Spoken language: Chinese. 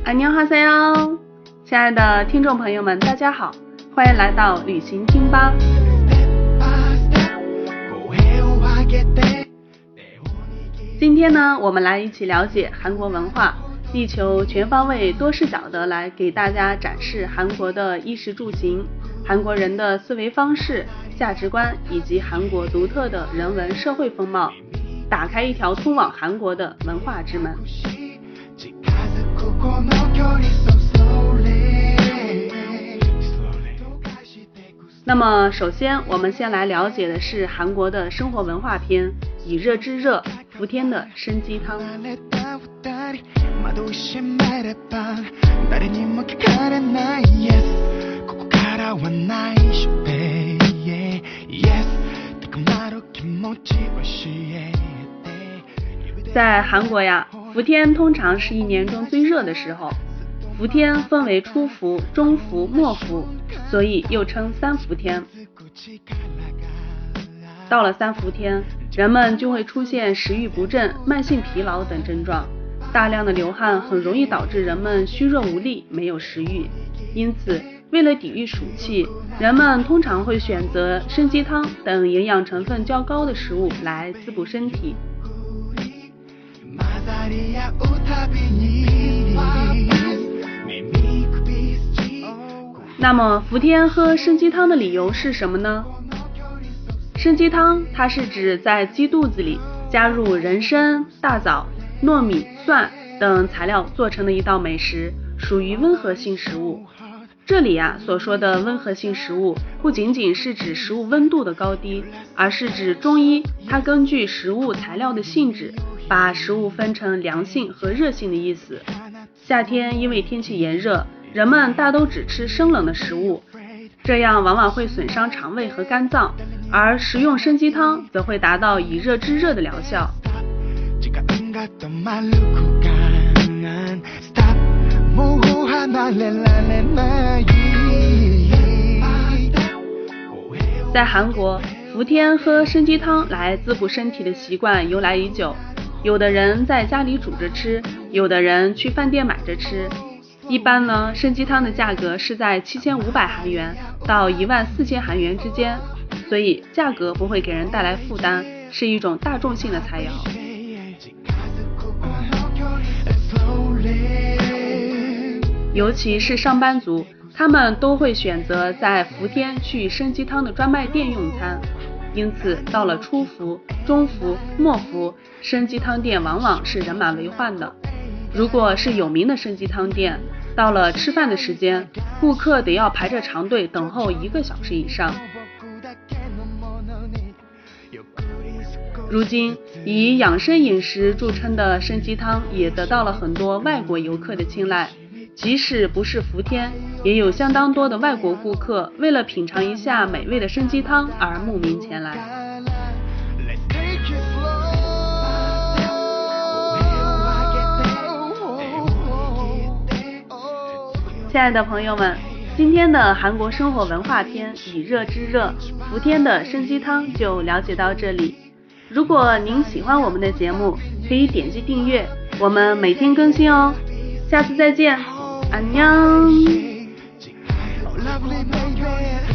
안녕하세요，亲爱的听众朋友们，大家好，欢迎来到旅行听吧。今天呢，我们来一起了解韩国文化，力求全方位多视角的来给大家展示韩国的衣食住行，韩国人的思维方式、价值观以及韩国独特的人文社会风貌，打开一条通往韩国的文化之门。那么首先我们先来了解的是韩国的生活文化篇，以热之热，福天的参鸡汤。在韩国呀，伏天通常是一年中最热的时候。伏天分为初伏、中伏、末伏，所以又称三伏天。到了三伏天，人们就会出现食欲不振、慢性疲劳等症状，大量的流汗很容易导致人们虚弱无力，没有食欲。因此，为了抵御暑气，人们通常会选择参鸡汤等营养成分较高的食物来滋补身体。那么伏天喝参鸡汤的理由是什么呢？参鸡汤它是指在鸡肚子里加入人参、大枣、糯米、蒜等材料做成的一道美食，属于温和性食物。这里所说的温和性食物不仅仅是指食物温度的高低，而是指中医它根据食物材料的性质，把食物分成凉性和热性的意思。夏天因为天气炎热，人们大都只吃生冷的食物，这样往往会损伤肠胃和肝脏，而食用参鸡汤则会达到以热制热的疗效。在韩国，伏天喝参鸡汤来滋补身体的习惯由来已久，有的人在家里煮着吃，有的人去饭店买着吃。一般呢，参鸡汤的价格是在7500韩元到14000韩元之间，所以价格不会给人带来负担，是一种大众性的菜肴。尤其是上班族，他们都会选择在伏天去参鸡汤的专卖店用餐，因此到了初伏、中伏、末伏，参鸡汤店往往是人满为患的。如果是有名的参鸡汤店，到了吃饭的时间，顾客得要排着长队等候1个小时以上。如今以养生饮食著称的参鸡汤也得到了很多外国游客的青睐，即使不是伏天，也有相当多的外国顾客为了品尝一下美味的参鸡汤而慕名前来。亲爱的朋友们，今天的韩国生活文化篇以热之热，伏天的参鸡汤就了解到这里。如果您喜欢我们的节目，可以点击订阅，我们每天更新哦。下次再见，안녕。